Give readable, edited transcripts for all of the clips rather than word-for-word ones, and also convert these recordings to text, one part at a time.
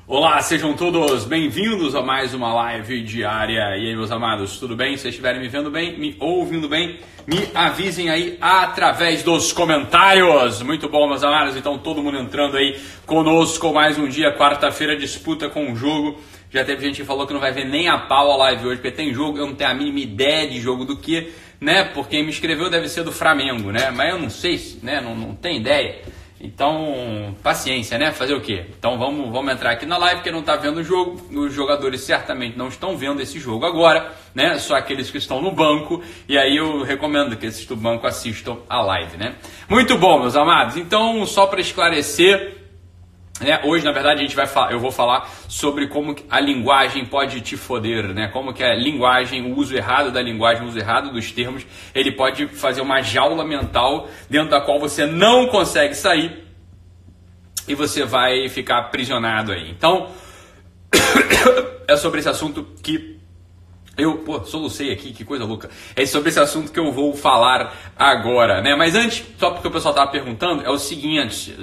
Olá, sejam todos bem-vindos a mais uma live diária. E aí, meus amados, tudo bem? Se vocês estiverem me vendo bem, me ouvindo bem, me avisem aí através dos comentários. Muito bom, meus amados. Então, todo mundo entrando aí conosco mais um dia, quarta-feira, disputa com o jogo. Já teve gente que falou que não vai ver nem a pau a live hoje, porque tem jogo, eu não tenho a mínima ideia de jogo do que, né? Porque quem me inscreveu deve ser do Flamengo, né? Mas eu não sei, né? Não tenho ideia. Então, paciência, né? Fazer o quê? Então vamos entrar aqui na live, porque não está vendo o jogo. Os jogadores certamente não estão vendo esse jogo agora, né? Só aqueles que estão no banco. E aí eu recomendo que esses do banco assistam a live, né? Muito bom, meus amados. Então, só para esclarecer, né? Hoje, na verdade, eu vou falar sobre como a linguagem pode te foder, né? Como que a linguagem, o uso errado da linguagem, o uso errado dos termos, ele pode fazer uma jaula mental dentro da qual você não consegue sair e você vai ficar aprisionado aí. Então, é sobre esse assunto que solucei aqui, que coisa louca. É sobre esse assunto que eu vou falar agora, né? Mas antes, só porque o pessoal estava perguntando, é o seguinte,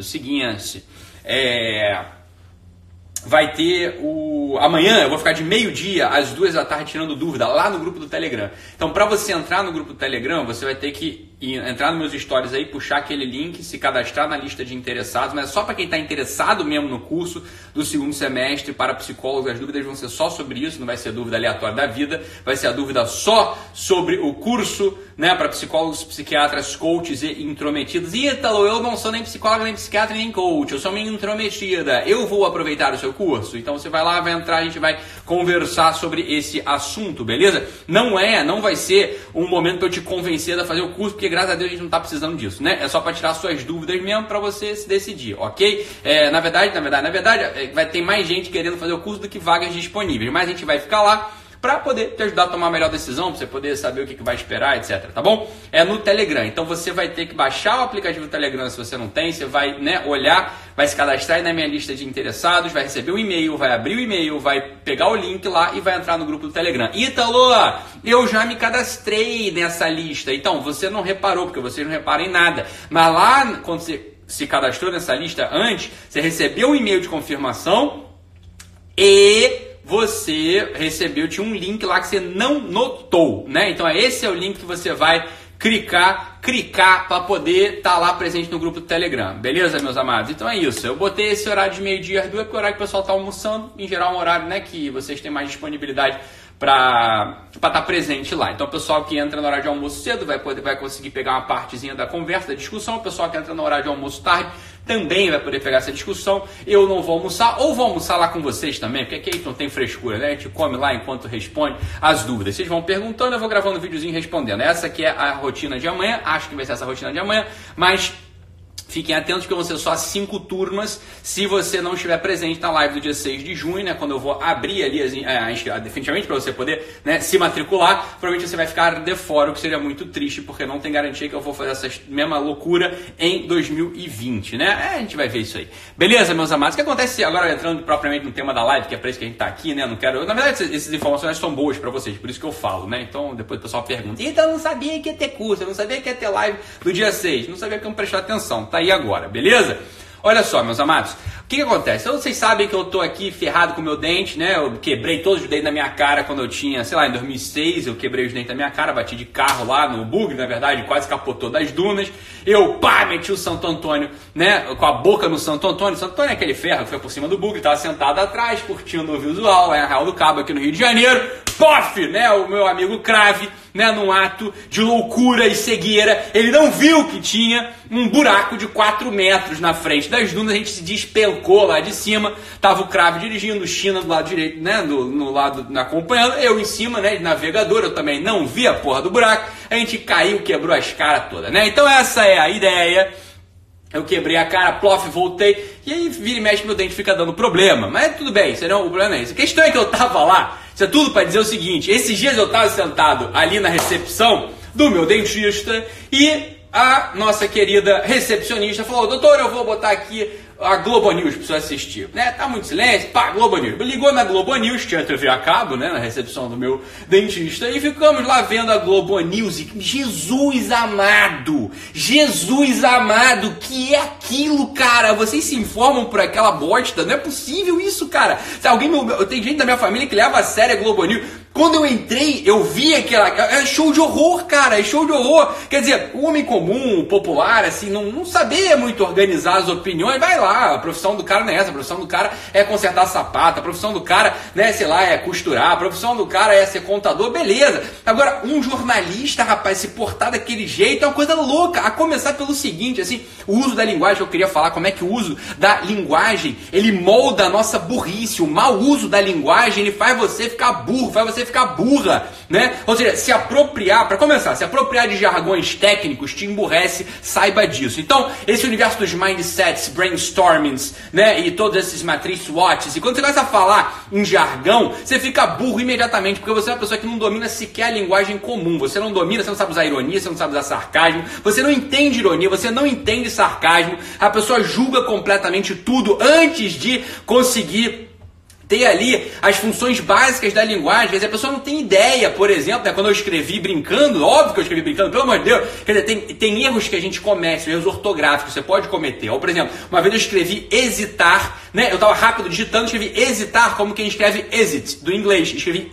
vai ter amanhã eu vou ficar de meio-dia às 2 da tarde tirando dúvida lá no grupo do Telegram. Então, para você entrar no grupo do Telegram, você vai ter que entrar nos meus stories aí, puxar aquele link, se cadastrar na lista de interessados, mas é só para quem está interessado mesmo no curso do segundo semestre para psicólogos. As dúvidas vão ser só sobre isso, não vai ser dúvida aleatória da vida, vai ser a dúvida só sobre o curso, né, para psicólogos, psiquiatras, coaches e intrometidos. Ítalo, eu não sou nem psicóloga, nem psiquiatra, nem coach, eu sou uma intrometida. Eu vou aproveitar o seu curso? Então você vai lá, vai entrar, a gente vai conversar sobre esse assunto, beleza? Não vai ser um momento para eu te convencer a fazer o curso, porque graças a Deus a gente não está precisando disso, né? É só para tirar suas dúvidas mesmo, para você se decidir, ok? Na verdade, vai ter mais gente querendo fazer o curso do que vagas disponíveis, mas a gente vai ficar lá para poder te ajudar a tomar a melhor decisão, para você poder saber o que vai esperar, etc, tá bom? É no Telegram, então você vai ter que baixar o aplicativo do Telegram se você não tem, você vai, né, olhar, vai se cadastrar aí na minha lista de interessados, vai receber um e-mail, vai abrir o e-mail, vai pegar o link lá e vai entrar no grupo do Telegram. Ítalo, eu já me cadastrei nessa lista, então você não reparou, porque vocês não reparam em nada, mas lá, quando você se cadastrou nessa lista antes, você recebeu um e-mail de confirmação e você tinha um link lá que você não notou, né? Então esse é o link que você vai clicar para poder estar lá presente no grupo do Telegram, beleza, meus amados? Então é isso, eu botei esse horário de meio-dia às 2, porque é o horário que o pessoal está almoçando, em geral é um horário, né, que vocês têm mais disponibilidade para estar presente lá. Então o pessoal que entra no horário de almoço cedo vai conseguir pegar uma partezinha da conversa, da discussão. O pessoal que entra no horário de almoço tarde também vai poder pegar essa discussão. Eu não vou almoçar, ou vou almoçar lá com vocês também, porque aqui não tem frescura, né? A gente come lá enquanto responde as dúvidas. Vocês vão perguntando, eu vou gravando um videozinho respondendo. Essa aqui é a rotina de amanhã, acho que vai ser essa rotina de amanhã, mas fiquem atentos que vão ser só 5 turmas se você não estiver presente na live do dia 6 de junho, né? Quando eu vou abrir ali definitivamente para você poder, né, se matricular. Provavelmente você vai ficar de fora, o que seria muito triste, porque não tem garantia que eu vou fazer essa mesma loucura em 2020, né? A gente vai ver isso aí. Beleza, meus amados? O que acontece agora, entrando propriamente no tema da live, que é para isso que a gente tá aqui, né? Não quero... Na verdade, essas informações são boas para vocês, por isso que eu falo, né? Então, depois o pessoal pergunta, então eu não sabia que ia ter curso, eu não sabia que ia ter live do dia 6, não sabia que eu não prestar atenção, tá aí agora, beleza? Olha só, meus amados, o que acontece? Vocês sabem que eu tô aqui ferrado com o meu dente, né? Eu quebrei todos os dentes da minha cara quando eu tinha, sei lá, em 2006, eu quebrei os dentes da minha cara, bati de carro lá no bugre, na verdade, quase capotou das dunas. Eu, meti o Santo Antônio, né? Com a boca no Santo Antônio. Santo Antônio é aquele ferro que foi por cima do bugre, tava sentado atrás, curtindo o visual, é a Real do Cabo aqui no Rio de Janeiro. Pof, né? O meu amigo Crave, né? Num ato de loucura e cegueira, ele não viu que tinha um buraco de 4 metros na frente das dunas, a gente se despencou lá de cima, tava o Crave dirigindo, o China do lado direito, né? No lado acompanhando, eu em cima, né? De navegador, eu também não vi a porra do buraco, a gente caiu, quebrou as caras todas, né? Então essa é a ideia. Eu quebrei a cara, plof, voltei, e aí vira e mexe meu dente fica dando problema. Mas tudo bem, o problema é esse. A questão é que eu tava lá, isso é tudo para dizer o seguinte, esses dias eu tava sentado ali na recepção do meu dentista e a nossa querida recepcionista falou, doutor, eu vou botar aqui a Globo News precisou assistir, né? Tá muito silêncio, pá, Globo News. Ligou na Globo News, tinha TV a cabo, né? Na recepção do meu dentista, e ficamos lá vendo a Globo News. E Jesus amado, que é aquilo, cara? Vocês se informam por aquela bosta? Não é possível isso, cara. Se alguém, tem gente da minha família que leva a sério a Globo News. Quando eu entrei, eu vi aquela... É show de horror, cara, é show de horror. Quer dizer, o homem comum, o popular, assim, não saber muito organizar as opiniões, vai lá, a profissão do cara não é essa, a profissão do cara é consertar sapato, a profissão do cara, né, sei lá, é costurar, a profissão do cara é ser contador, beleza. Agora, um jornalista, rapaz, se portar daquele jeito é uma coisa louca, a começar pelo seguinte, assim, o uso da linguagem, eu queria falar como é que o uso da linguagem, ele molda a nossa burrice, o mau uso da linguagem, ele faz você ficar burro, faz você ficar burra, né? Ou seja, se apropriar, para começar, se apropriar de jargões técnicos te emburrece, saiba disso. Então, esse universo dos mindsets, brainstormings, né? E todos esses matrix SWOTs, e quando você começa a falar em jargão, você fica burro imediatamente, porque você é uma pessoa que não domina sequer a linguagem comum, você não domina, você não sabe usar ironia, você não sabe usar sarcasmo, você não entende ironia, você não entende sarcasmo, a pessoa julga completamente tudo antes de conseguir ter ali as funções básicas da linguagem. Às vezes a pessoa não tem ideia, por exemplo, né, quando eu escrevi brincando, óbvio que eu escrevi brincando, pelo amor de Deus, quer dizer, tem erros que a gente comete, erros ortográficos, você pode cometer. Ou, por exemplo, uma vez eu escrevi hesitar, né, eu estava rápido digitando, escrevi hesitar como quem escreve exit, do inglês, escrevi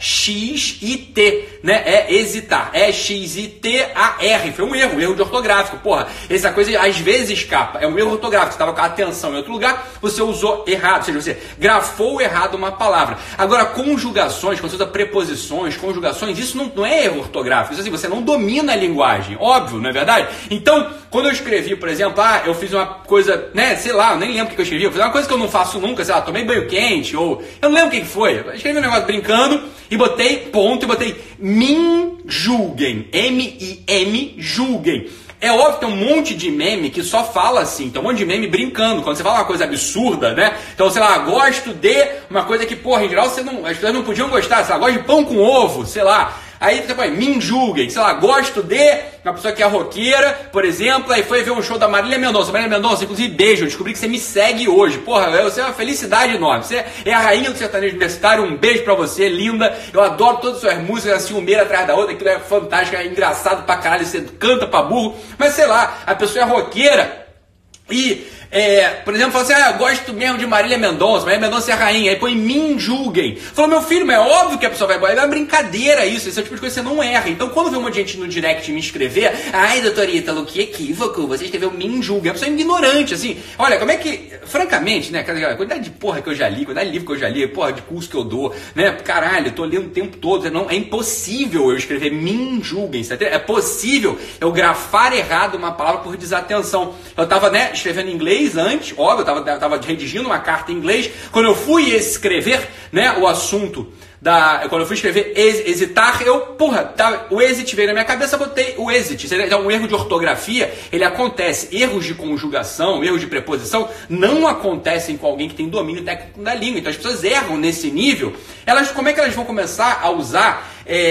E-X-I-T, né, é hesitar, E-X-I-T-A-R, foi um erro de ortográfico, porra, essa coisa às vezes escapa, é um erro ortográfico, você estava com a atenção em outro lugar, você usou errado, ou seja, você grafou errado uma palavra. Agora, conjugações, quando você usa preposições, conjugações, isso não é erro ortográfico. Isso assim, você não domina a linguagem. Óbvio, não é verdade? Então, quando eu escrevi, por exemplo, eu fiz uma coisa, né, sei lá, eu nem lembro o que eu escrevi, eu fiz uma coisa que eu não faço nunca, sei lá, tomei banho quente, ou eu não lembro o que foi. Eu escrevi um negócio brincando e botei ponto e botei me julguem. M-I-M julguem. É óbvio que tem um monte de meme que só fala assim, tem um monte de meme brincando, quando você fala uma coisa absurda, né? Então, sei lá, gosto de uma coisa que, porra, em geral as pessoas não podiam gostar, sei lá, gosto de pão com ovo, sei lá. Aí você põe, me julguem, sei lá, gosto de uma pessoa que é roqueira, por exemplo, aí foi ver um show da Marília Mendonça. Marília Mendonça, inclusive, beijo, eu descobri que você me segue hoje. Porra, você é uma felicidade enorme. Você é a rainha do sertanejo universitário, um beijo pra você, linda. Eu adoro todas as suas músicas, assim, uma atrás da outra, aquilo é fantástico, é engraçado pra caralho, você canta pra burro. Mas sei lá, a pessoa é roqueira e... por exemplo, fala assim, gosto mesmo de Marília Mendonça é a rainha, aí põe me julguem. Falou, meu filho, mas é óbvio que a pessoa vai, é uma brincadeira isso, esse é o tipo de coisa que você não erra. Então, quando vê um monte de gente no direct me escrever, doutor Ítalo, que equívoco, você escreveu me julguem, a pessoa é ignorante, assim, olha, como é que, francamente, né, a quantidade de porra que eu já li, quantidade de livro que eu já li, porra de curso que eu dou, né, caralho, eu tô lendo o tempo todo, não, é impossível eu escrever me julguem, é possível eu grafar errado uma palavra por desatenção. Eu tava, né, escrevendo em inglês antes, óbvio, eu tava redigindo uma carta em inglês, quando eu fui escrever, né, o assunto quando eu fui escrever hesitar, o exit veio na minha cabeça, botei o exit. Então, um erro de ortografia, ele acontece. Erros de conjugação, erros de preposição, não acontecem com alguém que tem domínio técnico da língua. Então, as pessoas erram nesse nível. Como é que elas vão começar a usar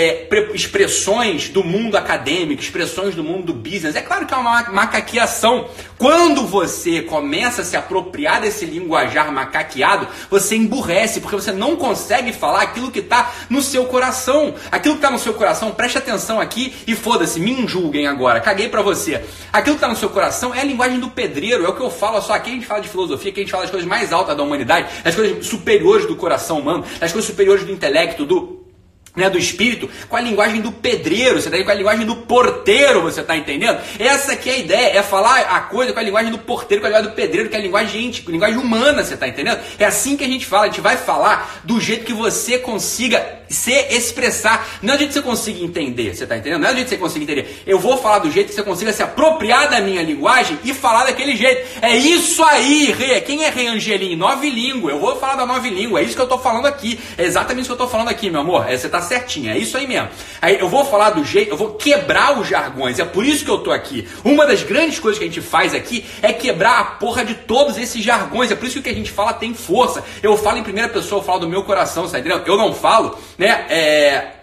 expressões do mundo acadêmico, expressões do mundo do business? É claro que é uma macaqueação. Quando você começa a se apropriar desse linguajar macaqueado, você emburrece, porque você não consegue falar aquilo que está no seu coração. Aquilo que está no seu coração, preste atenção aqui e foda-se, me julguem agora, caguei pra você. Aquilo que está no seu coração é a linguagem do pedreiro, é o que eu falo, só aqui a gente fala de filosofia, aqui a gente fala das coisas mais altas da humanidade, das coisas superiores do coração humano, das coisas superiores do intelecto, do espírito, com a linguagem do pedreiro, você tá aí com a linguagem do porteiro, você tá entendendo? Essa aqui é a ideia, é falar a coisa com a linguagem do porteiro, com a linguagem do pedreiro, que é a linguagem humana, você tá entendendo? É assim que a gente vai falar do jeito que você consiga se expressar, não é do jeito que você consiga entender, você tá entendendo? Não é do jeito que você consiga entender. Eu vou falar do jeito que você consiga se apropriar da minha linguagem e falar daquele jeito. É isso aí, Rê. Quem é Rê Angelim? Nove língua. Eu vou falar da nove língua. É isso que eu tô falando aqui. É exatamente isso que eu tô falando aqui, meu amor. Você tá certinho. É isso aí mesmo. Aí eu vou falar do jeito, eu vou quebrar os jargões. É por isso que eu tô aqui. Uma das grandes coisas que a gente faz aqui é quebrar a porra de todos esses jargões. É por isso que o que a gente fala tem força. Eu falo em primeira pessoa, eu falo do meu coração, tá entendendo? Eu não falo, né,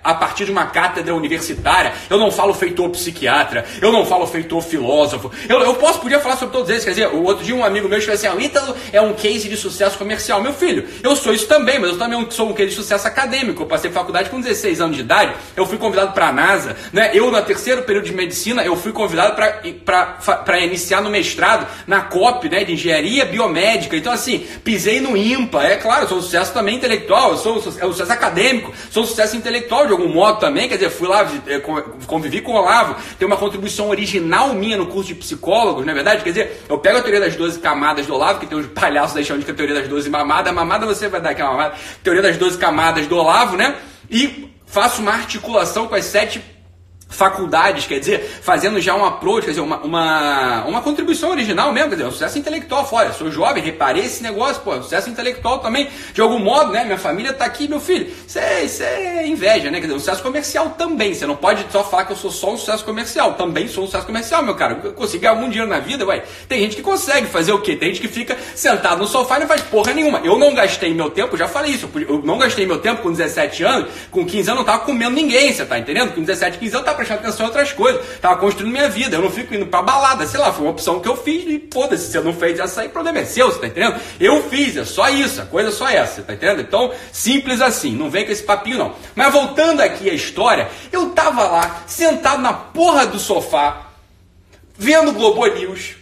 a partir de uma cátedra universitária, eu não falo feitor psiquiatra, eu não falo feitor filósofo, podia falar sobre todos eles, quer dizer, o outro dia um amigo meu disse assim, o Ítalo é um case de sucesso comercial. Meu filho, eu sou isso também, mas eu também sou um case de sucesso acadêmico. Eu passei faculdade com 16 anos de idade, eu fui convidado para a NASA, né? Eu, no terceiro período de medicina, eu fui convidado para iniciar no mestrado, na COP, né, de engenharia biomédica. Então, assim, pisei no IMPA, é claro, eu sou um sucesso também intelectual, eu sou um sucesso acadêmico, sou um sucesso intelectual de algum modo também, quer dizer, fui lá, convivi com o Olavo, tem uma contribuição original minha no curso de psicólogos, não é verdade? Quer dizer, eu pego a teoria das 12 camadas do Olavo, que tem uns palhaços aí chamando de teoria das 12 mamadas, mamada você vai dar aqui uma mamada, teoria das 12 camadas do Olavo, né? E faço uma articulação com as 7 faculdades, quer dizer, fazendo já um approach, quer dizer, uma contribuição original mesmo, quer dizer, um sucesso intelectual fora. Eu sou jovem, reparei esse negócio, pô, sucesso intelectual também, de algum modo, né? Minha família tá aqui, meu filho. Isso é inveja, né? Quer dizer, um sucesso comercial também. Você não pode só falar que eu sou só um sucesso comercial. Também sou um sucesso comercial, meu cara. Eu consegui ganhar algum dinheiro na vida, ué. Tem gente que consegue fazer o quê? Tem gente que fica sentado no sofá e não faz porra nenhuma. Eu não gastei meu tempo, já falei isso, eu não gastei meu tempo com 17 anos, com 15 anos eu não tava comendo ninguém, você tá entendendo? Com 17, 15 anos eu tava prestando atenção em outras coisas, tava construindo minha vida, eu não fico indo pra balada, sei lá, foi uma opção que eu fiz e foda-se, se você não fez essa aí, o problema é seu, você tá entendendo? Eu fiz, é só isso, a coisa é só essa, você tá entendendo? Então, simples assim, não vem com esse papinho não. Mas voltando aqui à história, eu tava lá, sentado na porra do sofá, vendo o Globo News.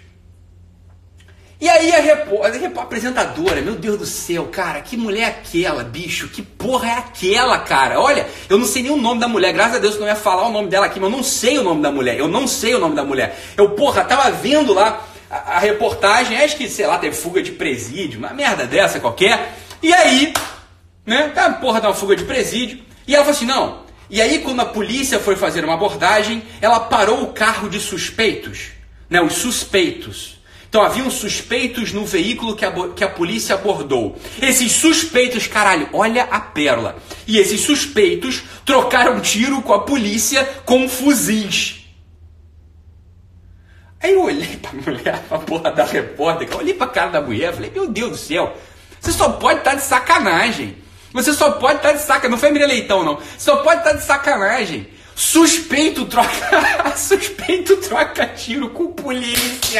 E aí a apresentadora, meu Deus do céu, cara, que mulher é aquela, bicho? Que porra é aquela, cara? Olha, eu não sei nem o nome da mulher, graças a Deus que não ia falar o nome dela aqui, mas eu não sei o nome da mulher, Eu, porra, tava vendo lá a reportagem, acho que, sei lá, teve fuga de presídio, uma merda dessa qualquer. E aí, né, porra, tá uma fuga de presídio. E ela falou assim, não. E aí, quando a polícia foi fazer uma abordagem, ela parou o carro de suspeitos, né, os suspeitos. Então haviam suspeitos no veículo que a polícia abordou. Esses suspeitos, caralho, olha a pérola. E esses suspeitos trocaram tiro com a polícia com fuzis. Aí eu olhei pra mulher, pra porra da repórter, eu olhei pra cara da mulher e falei, meu Deus do céu, você só pode estar de sacanagem. Você só pode estar de sacanagem. Não foi Miriam Leitão, não. Você só pode estar de sacanagem. Suspeito troca tiro com polícia,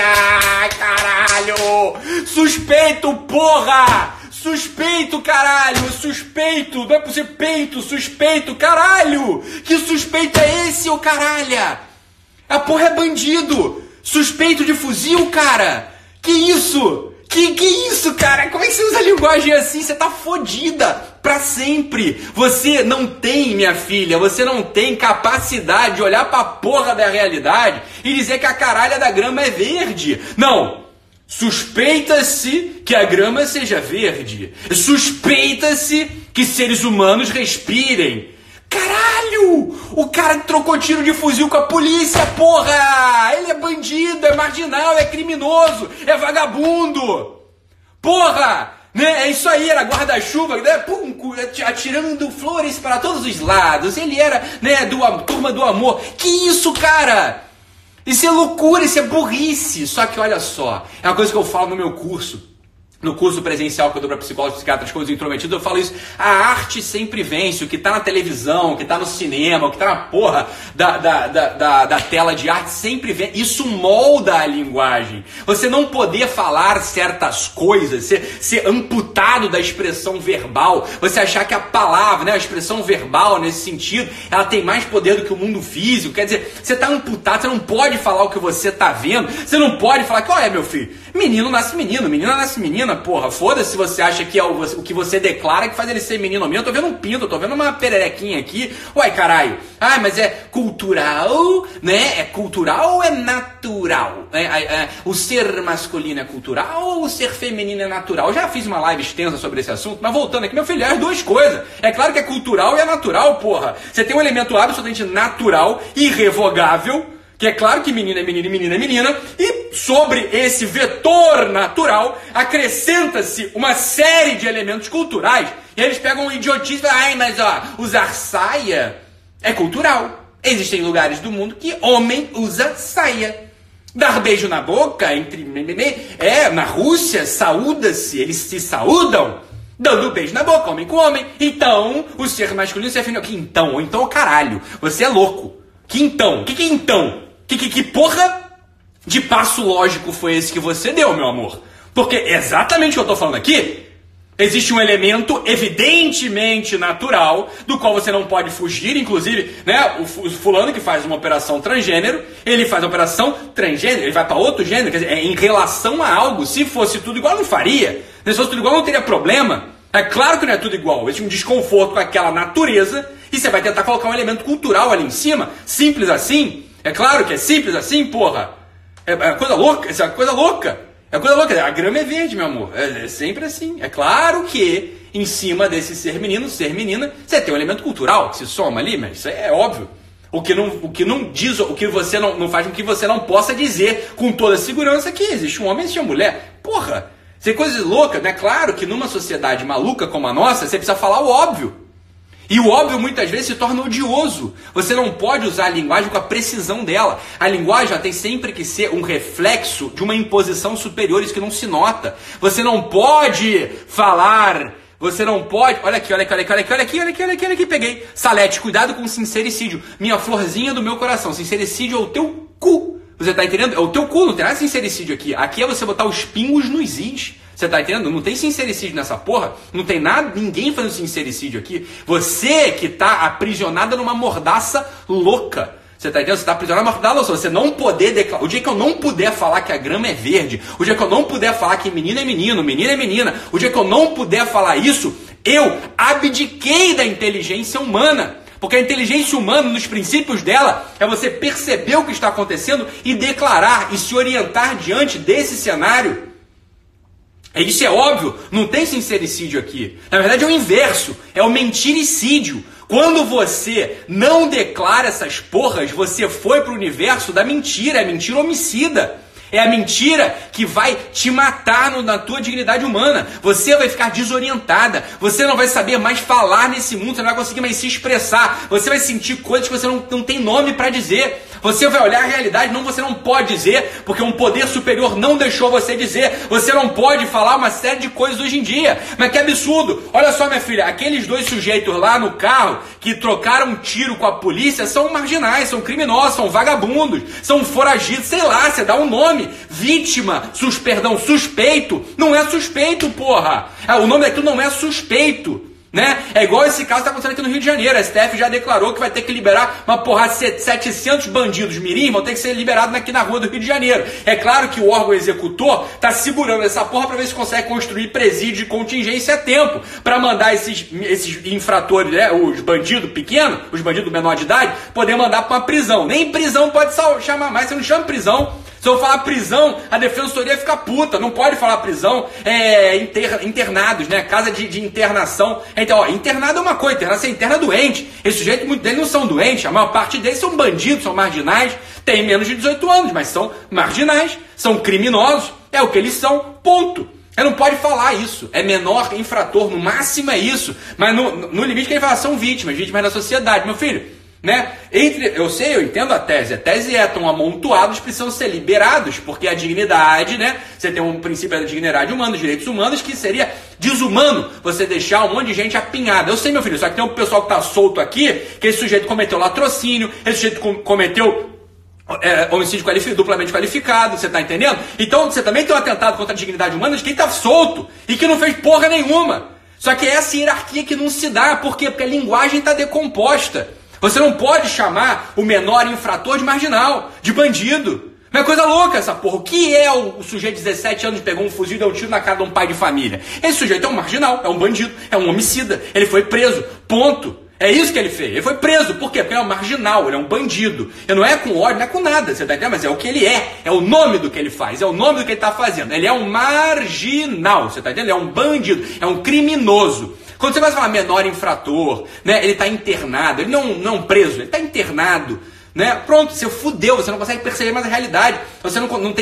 caralho! Suspeito, porra! Suspeito, caralho! Suspeito! Não é possível, peito! Suspeito, caralho! Que suspeito é esse, ô caralho? A porra é bandido! Suspeito de fuzil, cara! Que isso? Que isso, cara? Como é que você usa linguagem assim? Você tá fodida pra sempre. Você não tem, minha filha, você não tem capacidade de olhar pra porra da realidade e dizer que a caralha da grama é verde. Não. Suspeita-se que a grama seja verde. Suspeita-se que seres humanos respirem. Caralho! O cara que trocou tiro de fuzil com a polícia, porra! Ele é bandido, é marginal, é criminoso, é vagabundo! Porra! Né? É isso aí, era guarda-chuva, né? Pum, atirando flores para todos os lados. Ele era, né, turma do amor. Que isso, cara? Isso é loucura, isso é burrice. Só que olha só, é uma coisa que eu falo no meu curso. No curso presencial que eu dou para psicólogos, psiquiatras, coisas intrometidos, eu falo isso. A arte sempre vence. O que tá na televisão, o que tá no cinema, o que tá na porra da tela de arte sempre vence. Isso molda a linguagem. Você não poder falar certas coisas, ser amputado da expressão verbal, você achar que a palavra, né, a expressão verbal nesse sentido, ela tem mais poder do que o mundo físico. Quer dizer, você tá amputado, você não pode falar o que você tá vendo, você não pode falar que, olha, meu filho, menino nasce menino, menina nasce menina, porra, foda-se se você acha que é o que você declara que faz ele ser menino ou menina. Eu tô vendo um pinto, eu tô vendo uma pererequinha aqui. Uai, caralho. Ah, mas é cultural, né? É cultural ou é natural? O ser masculino é cultural ou o ser feminino é natural? Eu já fiz uma live extensa sobre esse assunto, mas voltando aqui, meu filho, é as duas coisas. É claro que é cultural e é natural, porra. Você tem um elemento absolutamente natural, irrevogável, que é claro que menina é menina e menina é menina, e sobre esse vetor natural acrescenta-se uma série de elementos culturais, e eles pegam um idiotice e falam, ai, mas ó, usar saia é cultural. Existem lugares do mundo que homem usa saia. Dar beijo na boca, na Rússia, saúda-se, eles se saúdam. dando beijo na boca, homem com homem. Então, o ser masculino e o ser feminino. Que então? Ou então, caralho, você é louco. Que então? Que então? Que porra de passo lógico foi esse que você deu, meu amor? Porque exatamente o que eu tô falando aqui, existe um elemento evidentemente natural, do qual você não pode fugir, inclusive, né, o fulano que faz uma operação transgênero, ele faz a operação transgênero, ele vai para outro gênero, quer dizer, em relação a algo, se fosse tudo igual, não faria. Se fosse tudo igual, não teria problema. É claro que não é tudo igual, existe um desconforto com aquela natureza, e você vai tentar colocar um elemento cultural ali em cima, simples assim. É claro que é simples assim, porra. É coisa louca, isso é coisa louca. É coisa louca, a grama é verde, meu amor. É sempre assim. É claro que em cima desse ser menino, ser menina, você tem um elemento cultural que se soma ali, mas isso é óbvio. O que não diz, o que você não faz com que você não possa dizer com toda segurança que existe um homem e existe uma mulher. Porra, isso é coisa louca, né? Claro que numa sociedade maluca como a nossa, você precisa falar o óbvio. E o óbvio muitas vezes se torna odioso. Você não pode usar a linguagem com a precisão dela. A linguagem tem sempre que ser um reflexo de uma imposição superior, isso que não se nota. Você não pode falar, você não pode... Olha aqui, peguei. Salete, cuidado com o sincericídio. Minha florzinha do meu coração. Sincericídio é o teu cu. Você tá entendendo? É o teu cu, não tem nada de sincericídio aqui. Aqui é você botar os pingos nos is. Você tá entendendo? Não tem sincericídio nessa porra. Não tem nada, ninguém fazendo sincericídio aqui. Você que tá aprisionada numa mordaça louca. Você tá entendendo? Você tá aprisionada numa mordaça louca. Você não poder declarar. O dia que eu não puder falar que a grama é verde, o dia que eu não puder falar que menino é menino, menina é menina, o dia que eu não puder falar isso, eu abdiquei da inteligência humana. Porque a inteligência humana, nos princípios dela, é você perceber o que está acontecendo e declarar e se orientar diante desse cenário. Isso é óbvio, não tem sincericídio aqui. Na verdade é o inverso, é o mentiricídio. Quando você não declara essas porras, você foi para o universo da mentira, é mentira homicida. É a mentira que vai te matar na tua dignidade humana. Você vai ficar desorientada. Você não vai saber mais falar nesse mundo. Você não vai conseguir mais se expressar. Você vai sentir coisas que você não tem nome para dizer. Você vai olhar a realidade, você não pode dizer, porque um poder superior não deixou você dizer. Você não pode falar uma série de coisas hoje em dia. Mas que absurdo. Olha só, minha filha, aqueles dois sujeitos lá no carro que trocaram um tiro com a polícia são marginais, são criminosos, são vagabundos, são foragidos, sei lá, você dá um nome. Vítima, suspeito, não é suspeito, porra. O nome daquilo não é suspeito, né? É igual esse caso que está acontecendo aqui no Rio de Janeiro. A STF já declarou que vai ter que liberar uma porrada de 700 bandidos mirim, vão ter que ser liberados aqui na rua do Rio de Janeiro. É claro que o órgão executor está segurando essa porra para ver se consegue construir presídio de contingência a tempo, para mandar esses infratores, né, os bandidos pequenos, os bandidos menor de idade, poder mandar para uma prisão. Nem prisão pode chamar mais, você não chama prisão. Se eu falar prisão, a defensoria fica puta. Não pode falar prisão, internados, né? Casa de internação. Então, ó, internado é uma coisa, internação interna é doente. Esse sujeito, muitos deles não são doentes. A maior parte deles são bandidos, são marginais. Têm menos de 18 anos, mas são marginais, são criminosos. É o que eles são, ponto. Não pode falar isso. É menor infrator, no máximo é isso. Mas no limite que ele fala, são vítimas da sociedade. Meu filho, né? Eu entendo a tese tão amontoados, precisam ser liberados, porque a dignidade, né? Você tem um princípio da dignidade humana, dos direitos humanos, que seria desumano você deixar um monte de gente apinhada. Eu sei, meu filho, só que tem um pessoal que tá solto aqui, que esse sujeito cometeu latrocínio, esse sujeito cometeu homicídio duplamente qualificado, você tá entendendo? Então você também tem um atentado contra a dignidade humana de quem tá solto e que não fez porra nenhuma. Só que é essa hierarquia que não se dá. Por quê? Porque a linguagem tá decomposta. Você não pode chamar o menor infrator de marginal, de bandido. Não é coisa louca essa porra. O que é o sujeito de 17 anos que pegou um fuzil e deu um tiro na cara de um pai de família? Esse sujeito é um marginal, é um bandido, é um homicida. Ele foi preso, ponto. É isso que ele fez. Ele foi preso. Por quê? Porque ele é um marginal, ele é um bandido. Ele não é com ódio, não é com nada, você tá entendendo? Mas é o que ele é. É o nome do que ele faz, é o nome do que ele tá fazendo. Ele é um marginal, você tá entendendo? Ele é um bandido, é um criminoso. Quando você vai falar menor infrator, né, ele está internado, ele não preso, ele está internado, né? Pronto, você fudeu, você não consegue perceber mais a realidade, você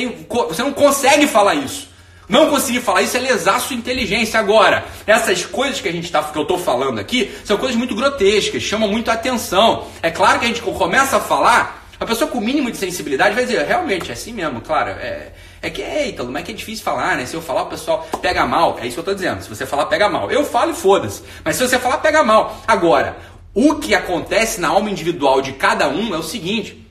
não consegue falar isso. Não conseguir falar isso é lesar sua inteligência. Agora, essas coisas que eu estou falando aqui são coisas muito grotescas, chamam muito a atenção. É claro que a gente começa a falar, a pessoa com o mínimo de sensibilidade vai dizer, realmente, é assim mesmo, claro, Eita, mas é que é difícil falar, né? Se eu falar, o pessoal pega mal. É isso que eu tô dizendo. Se você falar, pega mal. Eu falo e foda-se. Mas se você falar, pega mal. Agora, o que acontece na alma individual de cada um é o seguinte.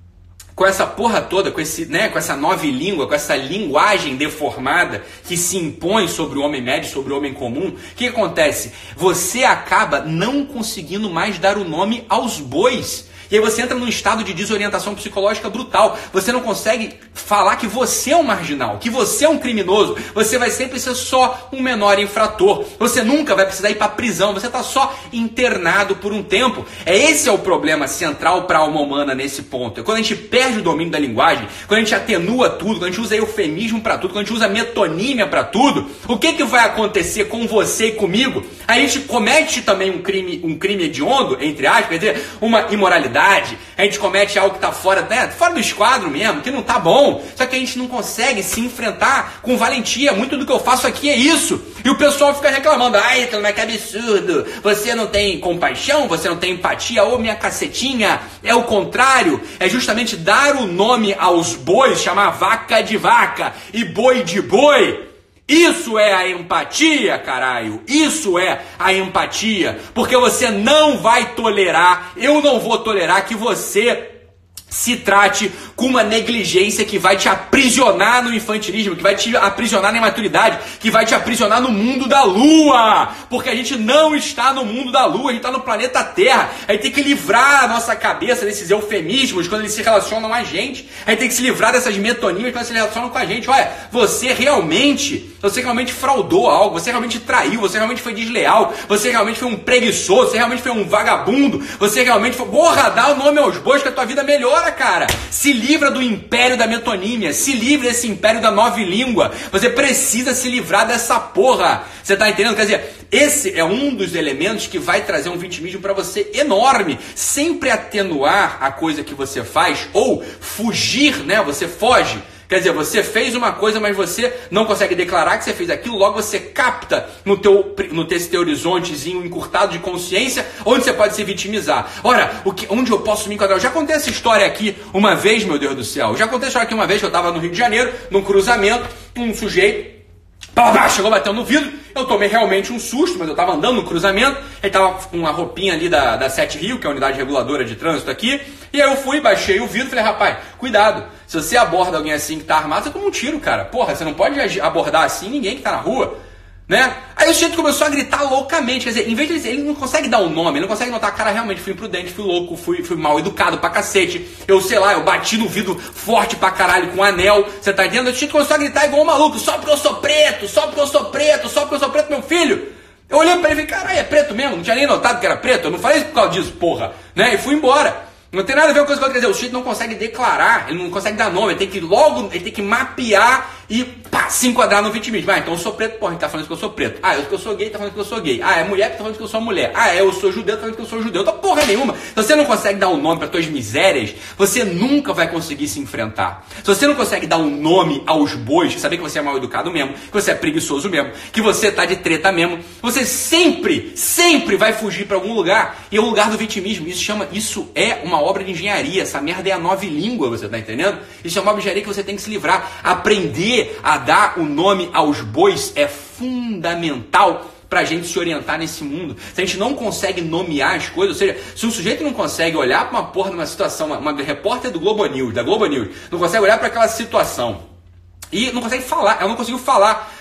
Com essa porra toda, com essa nova língua, com essa linguagem deformada que se impõe sobre o homem médio, sobre o homem comum, o que acontece? Você acaba não conseguindo mais dar o nome aos bois. E aí você entra num estado de desorientação psicológica brutal. Você não consegue falar que você é um marginal, que você é um criminoso. Você vai sempre ser só um menor infrator. Você nunca vai precisar ir para a prisão. Você está só internado por um tempo. Esse é o problema central para a alma humana nesse ponto. É quando a gente perde o domínio da linguagem, quando a gente atenua tudo, quando a gente usa eufemismo para tudo, quando a gente usa metonímia para tudo, o que vai acontecer com você e comigo? A gente comete também um crime hediondo, entre aspas, quer dizer, uma imoralidade. A gente comete algo que está fora do esquadro mesmo, que não tá bom. Só que a gente não consegue se enfrentar com valentia. Muito do que eu faço aqui é isso. E o pessoal fica reclamando. Ai, mas que absurdo. Você não tem compaixão, você não tem empatia. Ô, minha cacetinha. É o contrário. É justamente dar o nome aos bois, chamar vaca de vaca e boi de boi. Isso é a empatia, caralho. Isso é a empatia. Porque você não vai tolerar, eu não vou tolerar que você se trate com uma negligência que vai te aprisionar no infantilismo, que vai te aprisionar na imaturidade, que vai te aprisionar no mundo da lua. Porque a gente não está no mundo da lua, a gente está no planeta Terra. A gente tem que livrar a nossa cabeça desses eufemismos quando eles se relacionam a gente. A gente tem que se livrar dessas metonímias quando eles se relacionam com a gente. Olha, você realmente fraudou algo, você realmente traiu, você realmente foi desleal, você realmente foi um preguiçoso, você realmente foi um vagabundo, você realmente foi... Porra, dá o nome aos bois que a tua vida melhora, cara. Se livra do império da metonímia, se livra desse império da nova língua. Você precisa se livrar dessa porra. Você tá entendendo? Quer dizer, esse é um dos elementos que vai trazer um vitimismo para você enorme. Sempre atenuar a coisa que você faz ou fugir, né? Você foge. Quer dizer, você fez uma coisa, mas você não consegue declarar que você fez aquilo, logo você capta no teu horizontezinho encurtado de consciência, onde você pode se vitimizar. Ora, onde eu posso me enquadrar? Eu já contei essa história aqui uma vez, meu Deus do céu. Eu já contei essa história aqui uma vez, que eu estava no Rio de Janeiro, num cruzamento, um sujeito chegou batendo no vidro, eu tomei realmente um susto, mas eu estava andando no cruzamento, ele estava com uma roupinha ali da Sete Rio, que é a unidade reguladora de trânsito aqui, e aí eu fui, baixei o vidro e falei, rapaz, cuidado, se você aborda alguém assim que está armado, você toma um tiro, cara, porra, você não pode abordar assim ninguém que está na rua, né? Aí o sujeito começou a gritar loucamente, quer dizer, em vez de ele não consegue dar um nome, ele não consegue notar, cara, realmente fui imprudente, fui louco, fui mal educado pra cacete, eu bati no vidro forte pra caralho com um anel, você tá entendendo? O sujeito começou a gritar igual um maluco, só porque eu sou preto, só porque eu sou preto, só porque eu sou preto, meu filho. Eu olhei pra ele e falei, caralho, é preto mesmo? Não tinha nem notado que era preto, eu não falei isso por causa disso, porra, né? E fui embora. Não tem nada a ver com coisa que eu quero dizer. O sujeito não consegue declarar, ele não consegue dar nome, ele tem que mapear e se enquadrar no vitimismo. Ah, então eu sou preto, porra, ele tá falando que eu sou preto. Ah, eu sou gay, tá falando que eu sou gay. Ah, é mulher, tá falando que eu sou mulher. Ah, eu sou judeu, tá falando que eu sou judeu. Então porra nenhuma. Se você não consegue dar um nome para tuas misérias, você nunca vai conseguir se enfrentar. Se você não consegue dar um nome aos bois, saber que você é mal educado mesmo, que você é preguiçoso mesmo, que você tá de treta mesmo, você sempre vai fugir para algum lugar. E é o lugar do vitimismo. Isso é uma obra de engenharia. Essa merda é a nova língua, você tá entendendo? Isso é uma obra de engenharia que você tem que se livrar. Aprender a dar o nome aos bois é fundamental pra gente se orientar nesse mundo. Se a gente não consegue nomear as coisas, ou seja, se um sujeito não consegue olhar pra uma porra numa situação, uma repórter da Globo News, não consegue olhar pra aquela situação e não consegue falar, ela não conseguiu falar,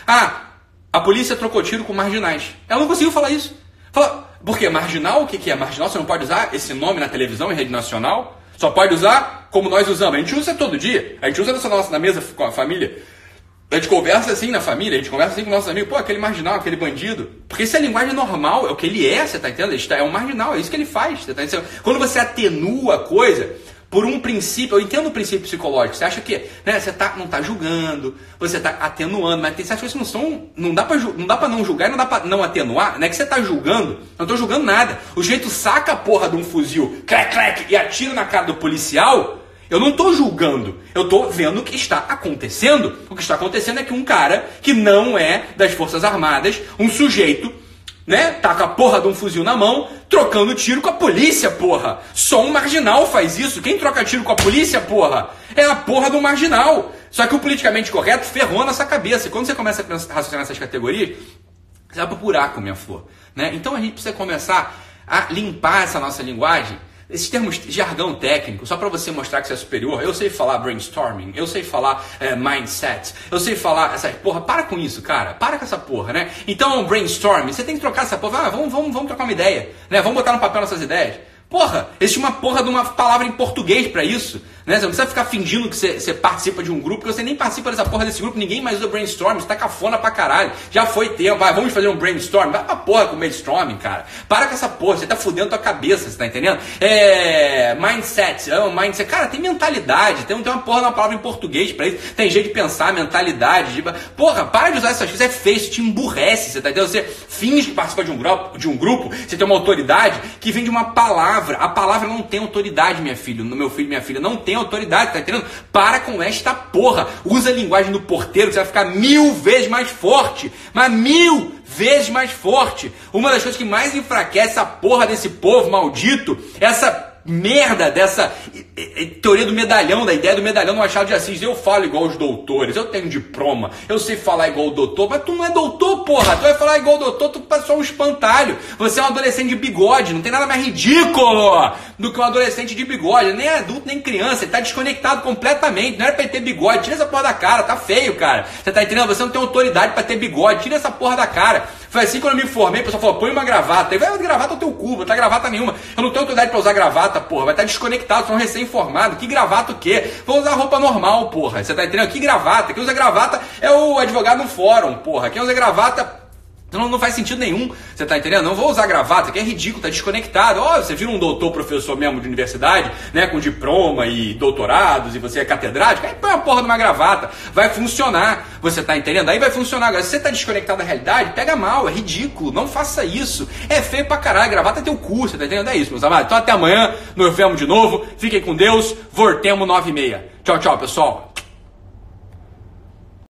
a polícia trocou tiro com marginais. Ela não conseguiu falar isso. Porque marginal, o que é? Marginal, você não pode usar esse nome na televisão, em rede nacional, só pode usar como nós usamos. A gente usa todo dia, a gente usa na mesa com a família. A gente conversa assim na família, a gente conversa assim com nossos amigos, aquele marginal, aquele bandido. Porque isso é linguagem normal, é o que ele é, você tá entendendo? É um marginal, é isso que ele faz, você tá entendendo? Quando você atenua a coisa por um princípio, eu entendo o princípio psicológico, você acha que você não tá julgando, você tá atenuando, mas tem certas coisas que não dá pra não julgar e não dá pra não atenuar, não é que você tá julgando, não tô julgando nada. O jeito saca a porra de um fuzil, crack, e atira na cara do policial. Eu não estou julgando, eu estou vendo o que está acontecendo. O que está acontecendo é que um cara que não é das Forças Armadas, um sujeito, né, tá com a porra de um fuzil na mão, trocando tiro com a polícia, porra. Só um marginal faz isso. Quem troca tiro com a polícia, porra? É a porra do marginal. Só que o politicamente correto ferrou na nossa cabeça. E quando você começa a raciocinar essas categorias, você vai pro buraco, minha flor. Né? Então a gente precisa começar a limpar essa nossa linguagem, esses termos de jargão técnico, só para você mostrar que você é superior. Eu sei falar brainstorming, eu sei falar mindset, eu sei falar essa porra. Para com isso, cara. Para com essa porra, né? Então, brainstorming, você tem que trocar essa porra. Vamos trocar uma ideia, né? Vamos botar no papel nossas ideias. Porra, existe uma porra de uma palavra em português pra isso, né? Você não precisa ficar fingindo que você participa de um grupo, porque você nem participa dessa porra desse grupo, ninguém mais usa brainstorm, você tá cafona pra caralho. Já foi tempo, vamos fazer um brainstorm. Vai pra porra com brainstorming, cara. Para com essa porra, você tá fudendo tua cabeça, você tá entendendo? Mindset, mindset. Cara, tem mentalidade, tem uma porra de uma palavra em português pra isso, tem jeito de pensar, mentalidade. Porra, para de usar essas coisas, é feio, isso te emburrece, você tá entendendo? Você finge que participa de um grupo, você tem uma autoridade que vem de uma palavra. A palavra não tem autoridade, meu filho, minha filha, não tem autoridade, tá entendendo? Para com esta porra. Usa a linguagem do porteiro, que você vai ficar 1000 vezes mais forte. Mas 1000 vezes mais forte. Uma das coisas que mais enfraquece a porra desse povo maldito, essa merda dessa teoria do medalhão, da ideia do medalhão no Machado de Assis. Eu falo igual os doutores, eu tenho diploma, eu sei falar igual o doutor, mas tu não é doutor, porra. Tu vai falar igual o doutor, tu é só um espantalho. Você é um adolescente de bigode, não tem nada mais ridículo do que um adolescente de bigode. Nem adulto, nem criança, ele tá desconectado completamente. Não era pra ele ter bigode, tira essa porra da cara, tá feio, cara. Você tá entendendo? Você não tem autoridade pra ter bigode, tira essa porra da cara. Foi assim quando eu me formei, o pessoal falou, põe uma gravata. Aí vai, gravata é o teu cu, não tá gravata nenhuma. Eu não tenho autoridade pra usar gravata, porra. Vai estar desconectado, são recém-formado. Que gravata o quê? Vou usar roupa normal, porra. Você tá entendendo? Que gravata? Quem usa gravata é o advogado no fórum, porra. Quem usa gravata não faz sentido nenhum. Você tá entendendo? Não vou usar gravata, que é ridículo, tá desconectado. Você vira um doutor, professor mesmo de universidade, né? Com diploma e doutorados, e você é catedrático, aí põe a porra de uma gravata. Vai funcionar. Você tá entendendo? Aí vai funcionar. Agora, se você tá desconectado da realidade, pega mal, é ridículo. Não faça isso. É feio pra caralho. Gravata é teu cu, você tá entendendo? É isso, meus amados. Então até amanhã, nos vemos de novo. Fiquem com Deus. Vortemo 9:30. Tchau, tchau, pessoal.